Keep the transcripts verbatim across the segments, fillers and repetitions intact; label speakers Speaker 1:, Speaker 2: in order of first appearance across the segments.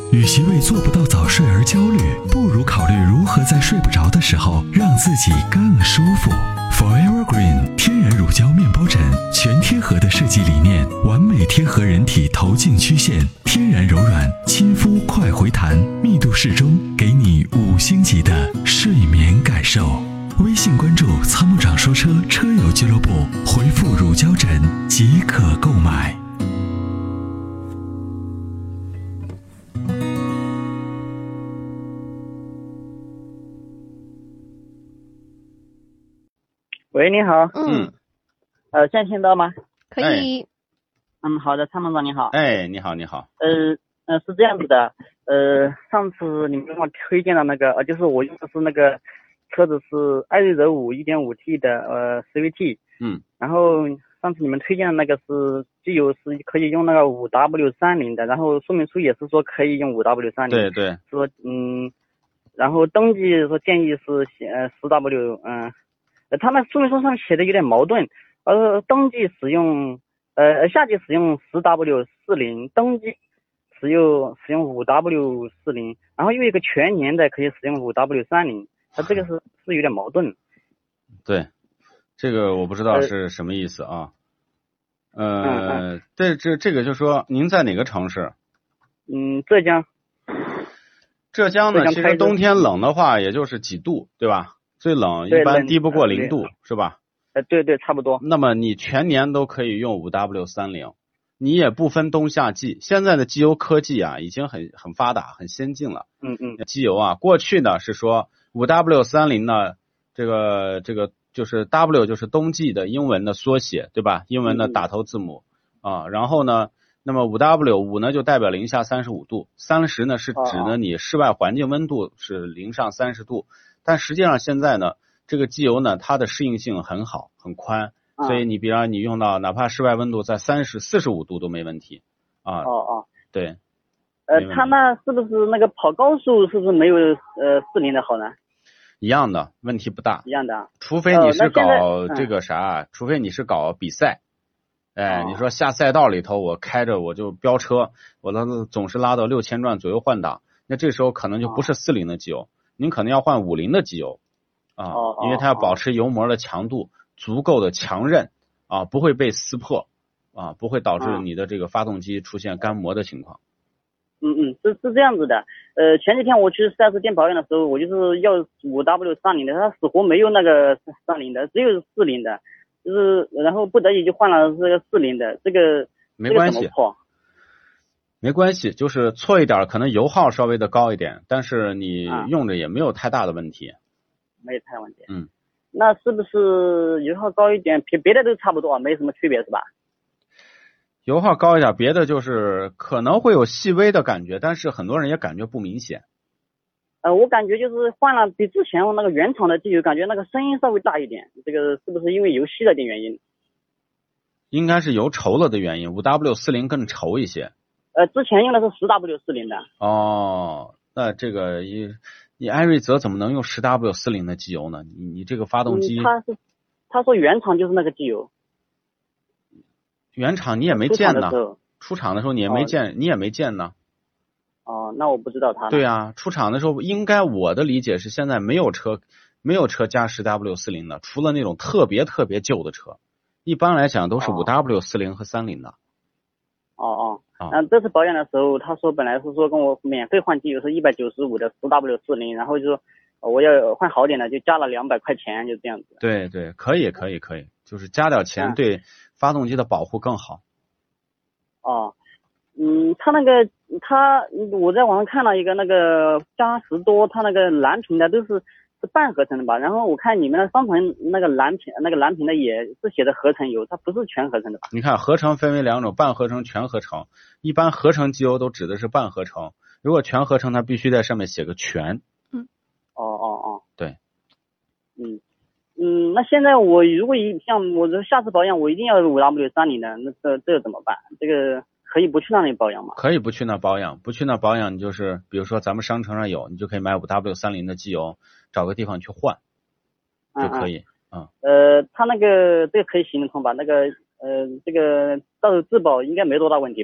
Speaker 1: 与其为做不到早睡而焦虑，不如考虑如何在睡不着的时候让自己更舒服。Forever Green 天然乳胶面包枕，全贴合的设计理念，完美贴合人体头颈曲线，天然柔软，亲肤快回弹，密度适中，给你五星级的睡眠感受。微信关注参谋长说车车友俱乐部，回复乳胶枕即可购买。
Speaker 2: 喂，你好。
Speaker 3: 嗯。
Speaker 2: 呃，现在听到吗？
Speaker 3: 可以。
Speaker 2: 嗯，好的，参谋长你好。
Speaker 3: 哎，你好，你好。
Speaker 2: 呃，呃，是这样子的，呃，上次你们给我推荐的那个，呃，就是我用的是那个车子是艾瑞泽五 一点五 T 的呃 C V T。
Speaker 3: 嗯。然
Speaker 2: 后上次你们推荐的那个是机油是可以用那个 五 W 三十 的，然后说明书也是说可以用 五 W 三十。
Speaker 3: 对对。
Speaker 2: 说嗯，然后登记说建议是呃 十 W 嗯。呃，他那说明书上写的有点矛盾，呃，登记使用，呃，夏季使用 十 W 四十，登记使用使用 五 W 四十，然后又一个全年的可以使用 五 W 三十，它这个是是有点矛盾。
Speaker 3: 对，这个我不知道是什么意思啊。呃，
Speaker 2: 嗯嗯，
Speaker 3: 这这这个就说您在哪个城市？
Speaker 2: 嗯，浙江。
Speaker 3: 浙江呢，其实冬天冷的话，也就是几度，对吧？最冷一般低不过零度，是吧？
Speaker 2: 呃，对对，差不多。
Speaker 3: 那么你全年都可以用 五 W 三十， 你也不分冬夏季。现在的机油科技啊，已经很很发达、很先进了。
Speaker 2: 嗯嗯。
Speaker 3: 机油啊，过去呢是说 五 W 三十 呢，这个这个就是 W 就是冬季的英文的缩写，对吧？英文的打头字母、嗯、啊。然后呢，那么 五 W 五呢就代表零下三十五度，三十呢是指呢你室外环境温度是零上三十度。但实际上现在呢，这个机油呢，它的适应性很好，很宽，所以你比方你用到哪怕室外温度在三十、四十五度都没问题啊。
Speaker 2: 哦哦，
Speaker 3: 对。
Speaker 2: 呃，它那是不是那个跑高速是不是没有呃四零的好呢？
Speaker 3: 一样的，问题不大。
Speaker 2: 一样的。
Speaker 3: 除非你是搞这个啥，
Speaker 2: 呃
Speaker 3: 嗯、除非你是搞比赛，哎，哦、你说下赛道里头我开着我就飙车，我的总是拉到六千转左右换挡，那这时候可能就不是四零的机油。哦，您可能要换五零的机油啊，
Speaker 2: 哦、
Speaker 3: 因为它要保持油膜的强度足够的强韧啊，不会被撕破啊，不会导致你的这个发动机出现干磨的情况。
Speaker 2: 嗯嗯，是是这样子的。呃，前几天我去四 S 店保养的时候，我就是要 五 W 三十 的，它死活没有那个三十的，只有四十的，就是然后不得已就换了这个四十的，这个
Speaker 3: 没关系。
Speaker 2: 这个怎么破？
Speaker 3: 没关系，就是错一点，可能油耗稍微的高一点，但是你用着也没有太大的问题。
Speaker 2: 啊、没有太大问题。
Speaker 3: 嗯，
Speaker 2: 那是不是油耗高一点，别别的都差不多，没什么区别是吧？
Speaker 3: 油耗高一点，别的就是可能会有细微的感觉，但是很多人也感觉不明显。
Speaker 2: 呃，我感觉就是换了比之前那个原厂的机油，感觉那个声音稍微大一点，这个是不是因为油吸了点原因？
Speaker 3: 应该是油稠了的原因 ，五 W 四十 更稠一些。
Speaker 2: 呃，之前用的是 十 W 四十 的。
Speaker 3: 哦，那这个你你艾瑞泽怎么能用 十 W 四十 的机油呢？你你这个发动机，
Speaker 2: 嗯、他是他说原厂就是那个机油。
Speaker 3: 原厂你也没见呢，出厂的时候你也没见，哦、你也没见呢。
Speaker 2: 哦，那我不知道他。
Speaker 3: 对啊，出厂的时候应该我的理解是现在没有车没有车加 十 W 四十 的，除了那种特别特别旧的车，一般来讲都是 五 W 四十 和三十的。
Speaker 2: 哦哦。嗯，这次保养的时候，他说本来是说跟我免费换机油是一百九十五的 十 W 四十，然后就说我要换好点的，就加了两百块钱，就这样子。
Speaker 3: 对对，可以可以可以，就是加点钱对发动机的保护更好。
Speaker 2: 嗯、哦，嗯，他那个他我在网上看了一个那个嘉实多，他那个蓝屏的都是是半合成的吧？然后我看你们的商城那个蓝屏那个蓝屏的也是写的合成油，它不是全合成的吧？
Speaker 3: 你看合成分为两种，半合成、全合成。一般合成机油都指的是半合成，如果全合成，它必须在上面写个全。
Speaker 2: 嗯。哦哦哦。
Speaker 3: 对。
Speaker 2: 嗯嗯，那现在我如果一像我这下次保养，我一定要 五 W 三十 的，那这这个怎么办？这个可以不去那里保养吗？
Speaker 3: 可以不去那保养，不去那保养，你就是比如说咱们商城上有，你就可以买 五 W 三十 的机油，找个地方去换就可以。
Speaker 2: 嗯。嗯呃，他那个这个可以行得通吧？那个呃，这个到时候质保应该没多大问题吧？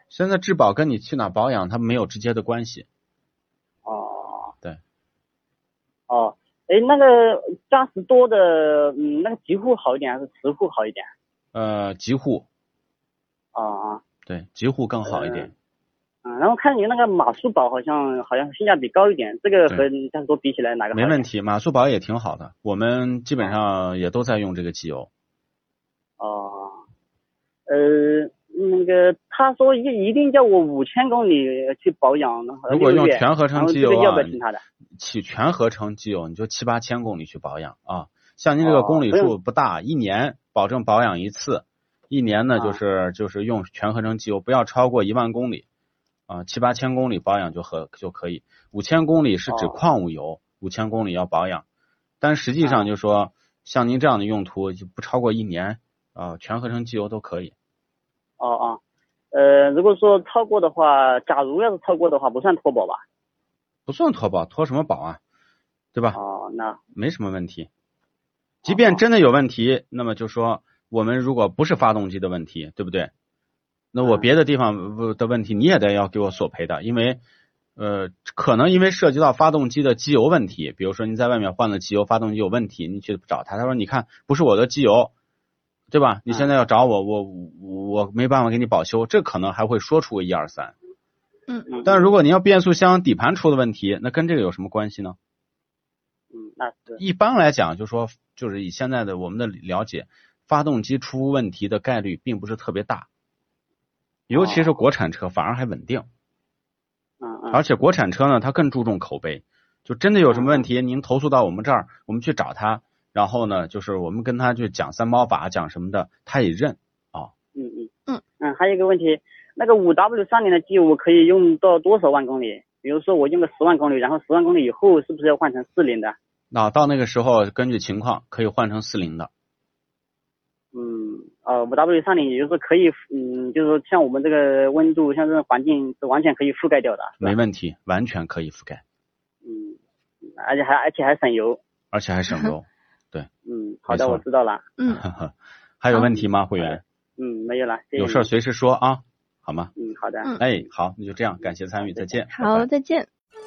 Speaker 3: 现在质保跟你去哪保养它没有直接的关系。
Speaker 2: 哦，
Speaker 3: 对。
Speaker 2: 哦，哎，那个嘉实多的，嗯，那个极护好一点还是磁护好一点？
Speaker 3: 呃，极护。
Speaker 2: 啊啊。
Speaker 3: 对，极护更好一点。
Speaker 2: 嗯。嗯，然后看你那个马术宝好像好像性价比高一点，这个和嘉实多比起来哪个好？
Speaker 3: 没问题，马术宝也挺好的，我们基本上也都在用这个机油。
Speaker 2: 哦，呃，那个他说一一定叫我五千公里去保养，
Speaker 3: 如果用全合成机油啊，
Speaker 2: 要不要听他的？
Speaker 3: 起全合成机油你就七八千公里去保养啊，像您这个公里数不大，哦、一年保证保养一次，一年呢就是、啊、就是用全合成机油，不要超过一万公里。啊，七八千公里保养就和就可以，五千公里是指矿物油，五千、哦、公里要保养，但实际上就说、啊、像您这样的用途就不超过一年啊，全合成机油都可以。
Speaker 2: 哦哦，呃，如果说超过的话，假如要是超过的话，不算脱保吧？
Speaker 3: 不算脱保，脱什么保啊？对吧？
Speaker 2: 哦，那
Speaker 3: 没什么问题。即便真的有问题，哦、那么就说我们如果不是发动机的问题，对不对？那我别的地方的问题你也得要给我索赔的，因为呃可能因为涉及到发动机的机油问题，比如说你在外面换了机油，发动机有问题，你去找他，他说你看不是我的机油，对吧？你现在要找我，我我没办法给你保修，这可能还会说出个一二三。
Speaker 2: 嗯嗯。
Speaker 3: 但是如果你要变速箱底盘出的问题，那跟这个有什么关系呢？
Speaker 2: 嗯，那是。
Speaker 3: 一般来讲，就说就是以现在的我们的了解，发动机出问题的概率并不是特别大。尤其是国产车反而还稳定，
Speaker 2: 嗯嗯，
Speaker 3: 而且国产车呢，它更注重口碑，就真的有什么问题，您投诉到我们这儿，我们去找他，然后呢，就是我们跟他去讲三包法，讲什么的，他也认啊。
Speaker 2: 嗯嗯嗯嗯，还有一个问题，那个五 W 三零的机油我可以用到多少万公里？比如说我用个十万公里，然后十万公里以后是不是要换成四零的？
Speaker 3: 那到那个时候根据情况可以换成四零的。
Speaker 2: 嗯，呃，五 W 三零也就是可以，嗯，就是说像我们这个温度，像这种环境是完全可以覆盖掉的，
Speaker 3: 没问题，完全可以覆盖。
Speaker 2: 嗯，而且还而且还省油，
Speaker 3: 而且还省油，对。
Speaker 2: 嗯，好的，我知道了。
Speaker 3: 嗯，还有问题吗，会员？
Speaker 2: 嗯，没有了，谢谢。
Speaker 3: 有事随时说啊，好吗？
Speaker 2: 嗯，好的。
Speaker 3: 哎，好，那就这样，感谢参与，再见。
Speaker 4: 好，
Speaker 3: 拜拜。
Speaker 4: 再见。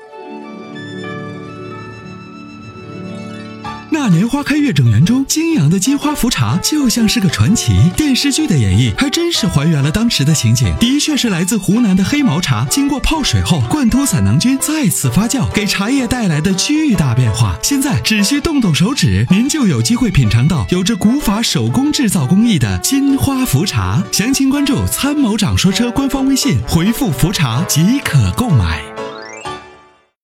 Speaker 1: 那年花开月正圆中，泾阳的金花茯茶就像是个传奇。电视剧的演绎还真是还原了当时的情景，的确是来自湖南的黑毛茶，经过泡水后，灌脱散囊菌，再次发酵，给茶叶带来的巨大变化。现在只需动动手指，您就有机会品尝到有着古法手工制造工艺的金花茯茶。详情关注参谋长说车官方微信，回复茯茶即可购买。